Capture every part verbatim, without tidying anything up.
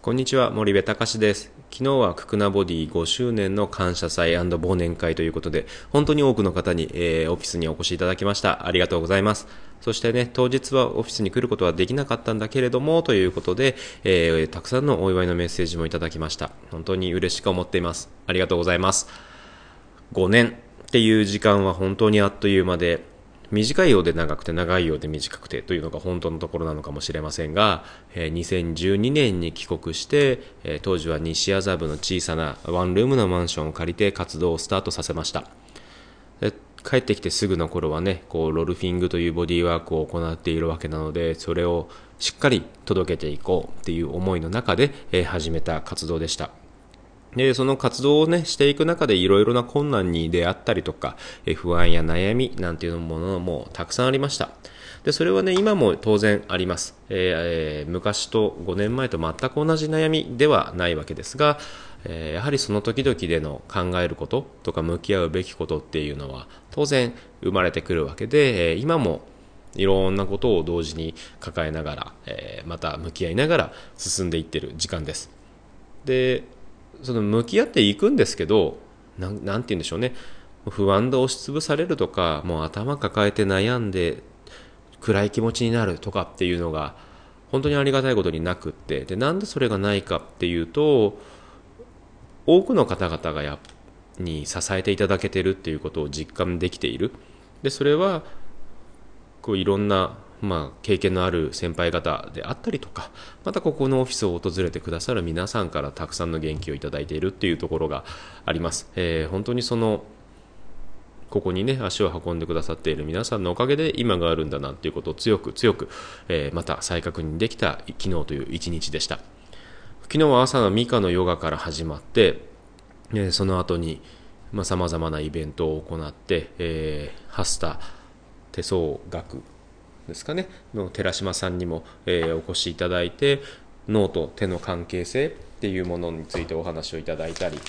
こんにちは、森部隆です。昨日はククナボディごしゅうねんの感謝祭&忘年会ということで、本当に多くの方に、えーオフィスにお越しいただきました。ありがとうございます。そしてね、当日はオフィスに来ることはできなかったんだけれども、ということで、えーたくさんのお祝いのメッセージもいただきました。本当に嬉しく思っています。ありがとうございます。ごねんっていう時間は本当にあっという間で、短いようで長くて長いようで短くてというのが本当のところなのかもしれませんが、えーにせんじゅうにねんに帰国して、えー当時は西麻布の小さなワンルームのマンションを借りて活動をスタートさせました。で帰ってきてすぐの頃はね、こうロルフィングというボディーワークを行っているわけなので、それをしっかり届けていこうっていう思いの中で、えー始めた活動でした。で、その活動をね、していく中でいろいろな困難に出会ったりとか、え不安や悩みなんていうものもたくさんありました。で、それはね、今も当然あります。えーえー昔とごねんまえと全く同じ悩みではないわけですが、えーやはりその時々での考えることとか向き合うべきことっていうのは当然生まれてくるわけで、えー今もいろんなことを同時に抱えながら、えーまた向き合いながら進んでいってる時間です。で、その向き合っていくんですけど、なん、なんて言うんでしょうね。不安で押しつぶされるとか、もう頭抱えて悩んで暗い気持ちになるとかっていうのが本当にありがたいことになくって、で、なんでそれがないかっていうと、多くの方々がやに支えていただけてるっていうことを実感できている。で、それはこういろんな、まあ、経験のある先輩方であったりとか、またここのオフィスを訪れてくださる皆さんからたくさんの元気をいただいているっていうところがあります。えー本当にそのここにね足を運んでくださっている皆さんのおかげで今があるんだなっていうことを強く強く、えーまた再確認できた昨日という一日でした。昨日は朝のミカのヨガから始まって、えーその後にさまざ、まなイベントを行って、えーハスタ手相学ですかねの寺島さんにも、えーお越しいただいて、脳と手の関係性っていうものについてお話をいただいたり、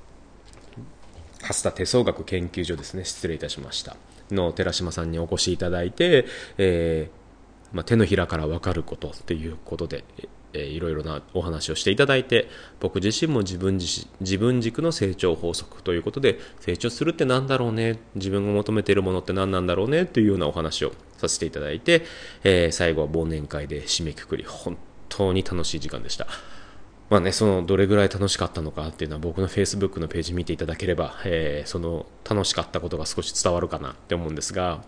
蓮田手相学研究所ですね、失礼いたしましたの寺島さんにお越しいただいて、えーまあ、手のひらから分かることっていうことで、えー、いろいろなお話をしていただいて、僕自身も自分自自分軸の成長法則ということで、成長するってなんだろうね、自分が求めているものって何なんだろうねというようなお話をさせていただいて、えー最後は忘年会で締めくくり、本当に楽しい時間でした。まあね、そのどれぐらい楽しかったのかっていうのは僕の Facebook のページ見ていただければ、えーその楽しかったことが少し伝わるかなって思うんですが、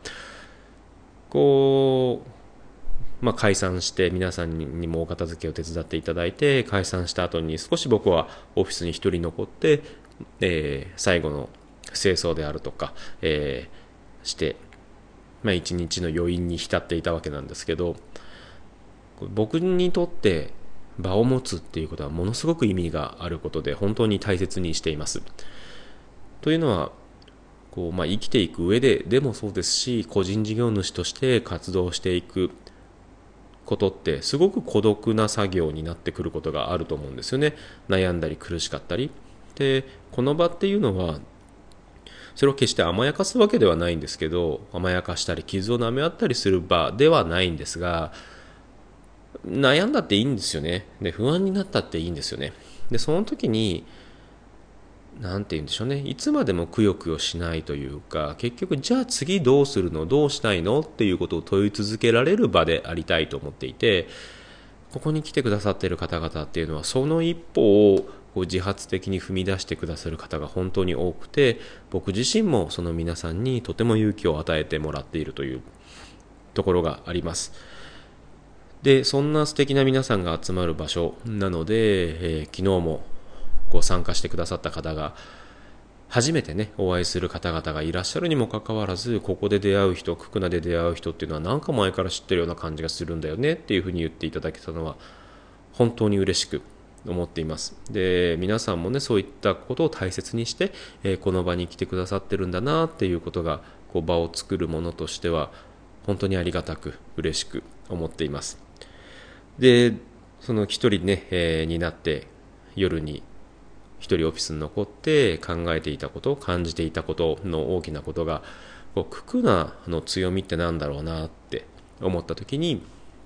こう、まあ、解散して皆さんにもお片付けを手伝っていただいて、解散した後に少し僕はオフィスに一人残って、えー最後の清掃であるとか、えーして、まあ、一日の余韻に浸っていたわけなんですけど、僕にとって場を持つっていうことはものすごく意味があることで、本当に大切にしています。というのはこう、まあ、生きていく上ででもそうですし、個人事業主として活動していくことってすごく孤独な作業になってくることがあると思うんですよね。悩んだり苦しかったりで、この場っていうのはそれを決して甘やかすわけではないんですけど、甘やかしたり傷を舐め合ったりする場ではないんですが、悩んだっていいんですよね。で、不安になったっていいんですよね。で、その時に、なんて言うんでしょうね。いつまでもくよくよしないというか、結局、じゃあ次どうするの、どうしたいのっていうことを問い続けられる場でありたいと思っていて、ここに来てくださっている方々っていうのは、その一歩をこう自発的に踏み出してくださる方が本当に多くて、僕自身もその皆さんにとても勇気を与えてもらっているというところがあります。で、そんな素敵な皆さんが集まる場所なので、えー昨日もこう参加してくださった方が、初めてねお会いする方々がいらっしゃるにもかかわらず、ここで出会う人、ククナで出会う人っていうのは何か前から知ってるような感じがするんだよねっていうふうに言っていただけたのは本当に嬉しく思っています。で、皆さんもねそういったことを大切にして、えーこの場に来てくださってるんだなっていうことが、こう場を作るものとしては本当にありがたく嬉しく思っています。で、その一人ね、えーになって夜に一人オフィスに残って考えていたこと、感じていたことの大きなことが、こうククナの強みってなんだろうなって思った時に、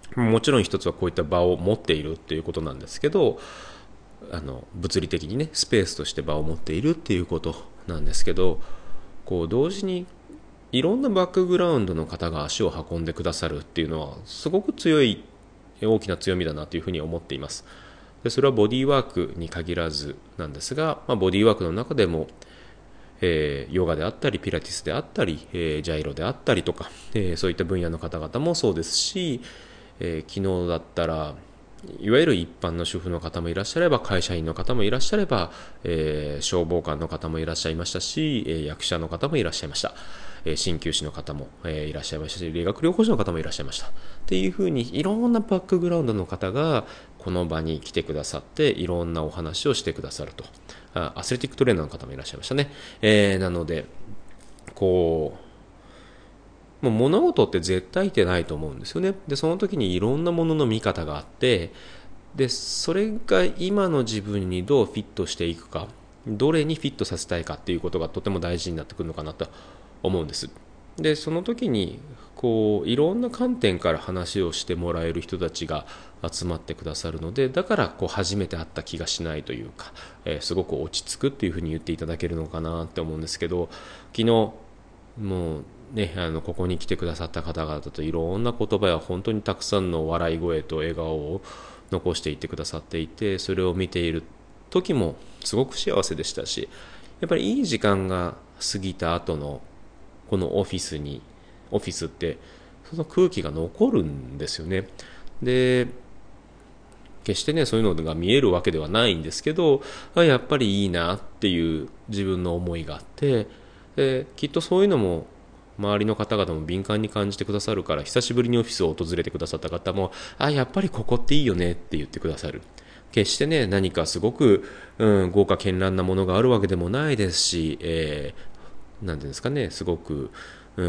もちろん一つはこういった場を持っているっていうことなんですけど、あの物理的にねスペースとして場を持っているっていうことなんですけど、こう同時にいろんなバックグラウンドの方が足を運んでくださるっていうのはすごく強い大きな強みだなというふうに思っています。でそれはボディーワークに限らずなんですが、まあ、ボディーワークの中でも、えー、ヨガであったりピラティスであったり、えー、ジャイロであったりとか、えー、そういった分野の方々もそうですし、えー、昨日だったらいわゆる一般の主婦の方もいらっしゃれば会社員の方もいらっしゃれば、えー、消防官の方もいらっしゃいましたし、えー、役者の方もいらっしゃいました、えー、鍼灸師の方も、えー、いらっしゃいましたし理学療法士の方もいらっしゃいましたっていうふうにいろんなバックグラウンドの方がこの場に来てくださっていろんなお話をしてくださると。あアスレティックトレーナーの方もいらっしゃいましたね、えー、なのでこうもう物事って絶対ってないと思うんですよね。でその時にいろんなものの見方があって、でそれが今の自分にどうフィットしていくか、どれにフィットさせたいかっていうことがとても大事になってくるのかなと思うんです。でその時にこういろんな観点から話をしてもらえる人たちが集まってくださるので、だからこう初めて会った気がしないというか、えー、すごく落ち着くっていうふうに言っていただけるのかなって思うんですけど、昨日もうね、あのここに来てくださった方々といろんな言葉や本当にたくさんの笑い声と笑顔を残していってくださっていて、それを見ている時もすごく幸せでしたし、やっぱりいい時間が過ぎた後のこのオフィスにオフィスってその空気が残るんですよね。で決してねそういうのが見えるわけではないんですけど、やっぱりいいなっていう自分の思いがあって、できっとそういうのも周りの方々も敏感に感じてくださるから、久しぶりにオフィスを訪れてくださった方もあやっぱりここっていいよねって言ってくださる。決してね何かすごく、うん、豪華絢爛なものがあるわけでもないですし、えー、なんていうんですかね、すごく、うん、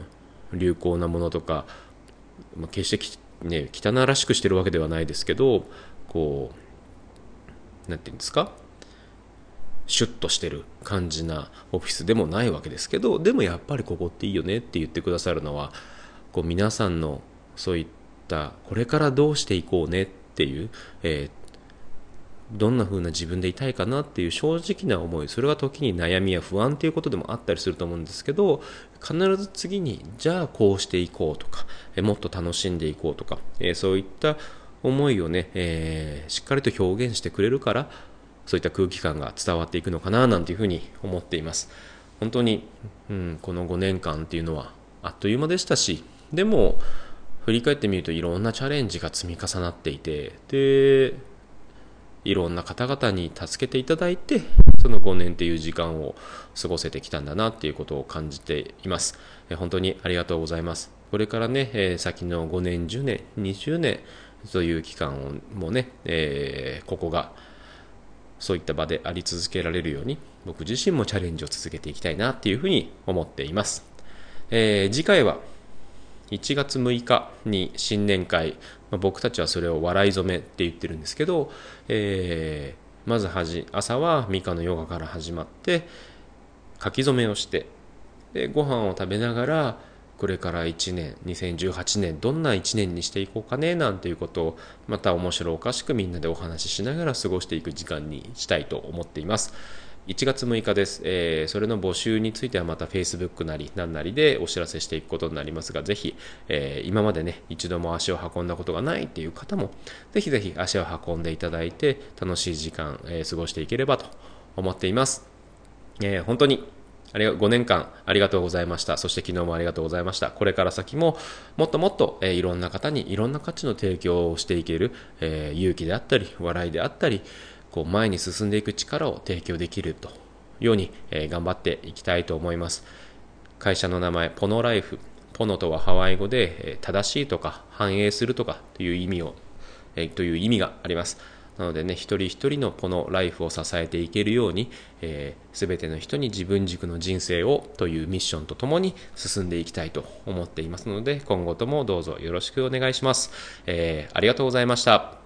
流行なものとか、まあ、決してき、ね、汚らしくしてるわけではないですけど、こうなんていうんですか、シュッとしてる感じなオフィスでもないわけですけど、でもやっぱりここっていいよねって言ってくださるのは、こう皆さんのそういったこれからどうしていこうねっていう、えーどんな風な自分でいたいかなっていう正直な思い、それは時に悩みや不安っていうことでもあったりすると思うんですけど、必ず次にじゃあこうしていこうとか、もっと楽しんでいこうとか、そういった思いをね、えー、しっかりと表現してくれるから、そういった空気感が伝わっていくのかななんていうふうに思っています。本当に、うん、このごねんかんっていうのはあっという間でしたし、でも振り返ってみるといろんなチャレンジが積み重なっていて、でいろんな方々に助けていただいて、そのごねんっていう時間を過ごせてきたんだなっていうことを感じています。本当にありがとうございます。これからね、先のごねん、じゅうねん、にじゅうねんという期間もね、えー、ここがそういった場であり続けられるように、僕自身もチャレンジを続けていきたいなっていうふうに思っています。えー、次回はいちがつむいかに新年会、まあ、僕たちはそれを笑い初めって言ってるんですけど、えー、まずはじ朝はミカのヨガから始まって書き初めをして、でご飯を食べながらこれからいちねんにせんじゅうはちねんどんないちねんにしていこうかねなんていうことをまた面白おかしくみんなでお話ししながら過ごしていく時間にしたいと思っています。いちがつむいかです、えー、それの募集についてはまた Facebook なり何なりでお知らせしていくことになりますが、ぜひ、えー、今までね一度も足を運んだことがないっていう方もぜひぜひ足を運んでいただいて楽しい時間、えー、過ごしていければと思っています。えー、本当にあれごねんかんありがとうございました。そして昨日もありがとうございました。これから先ももっともっと、えー、いろんな方にいろんな価値の提供をしていける、えー、勇気であったり笑いであったり、こう前に進んでいく力を提供できるとように、えー、頑張っていきたいと思います。会社の名前ポノライフ、ポノとはハワイ語で、えー、正しいとか反映するとかという意味を、えー、という意味があります。なのでね、一人一人のこのライフを支えていけるように、えー、全ての人に自分軸の人生をというミッションとともに進んでいきたいと思っていますので、今後ともどうぞよろしくお願いします。えー、ありがとうございました。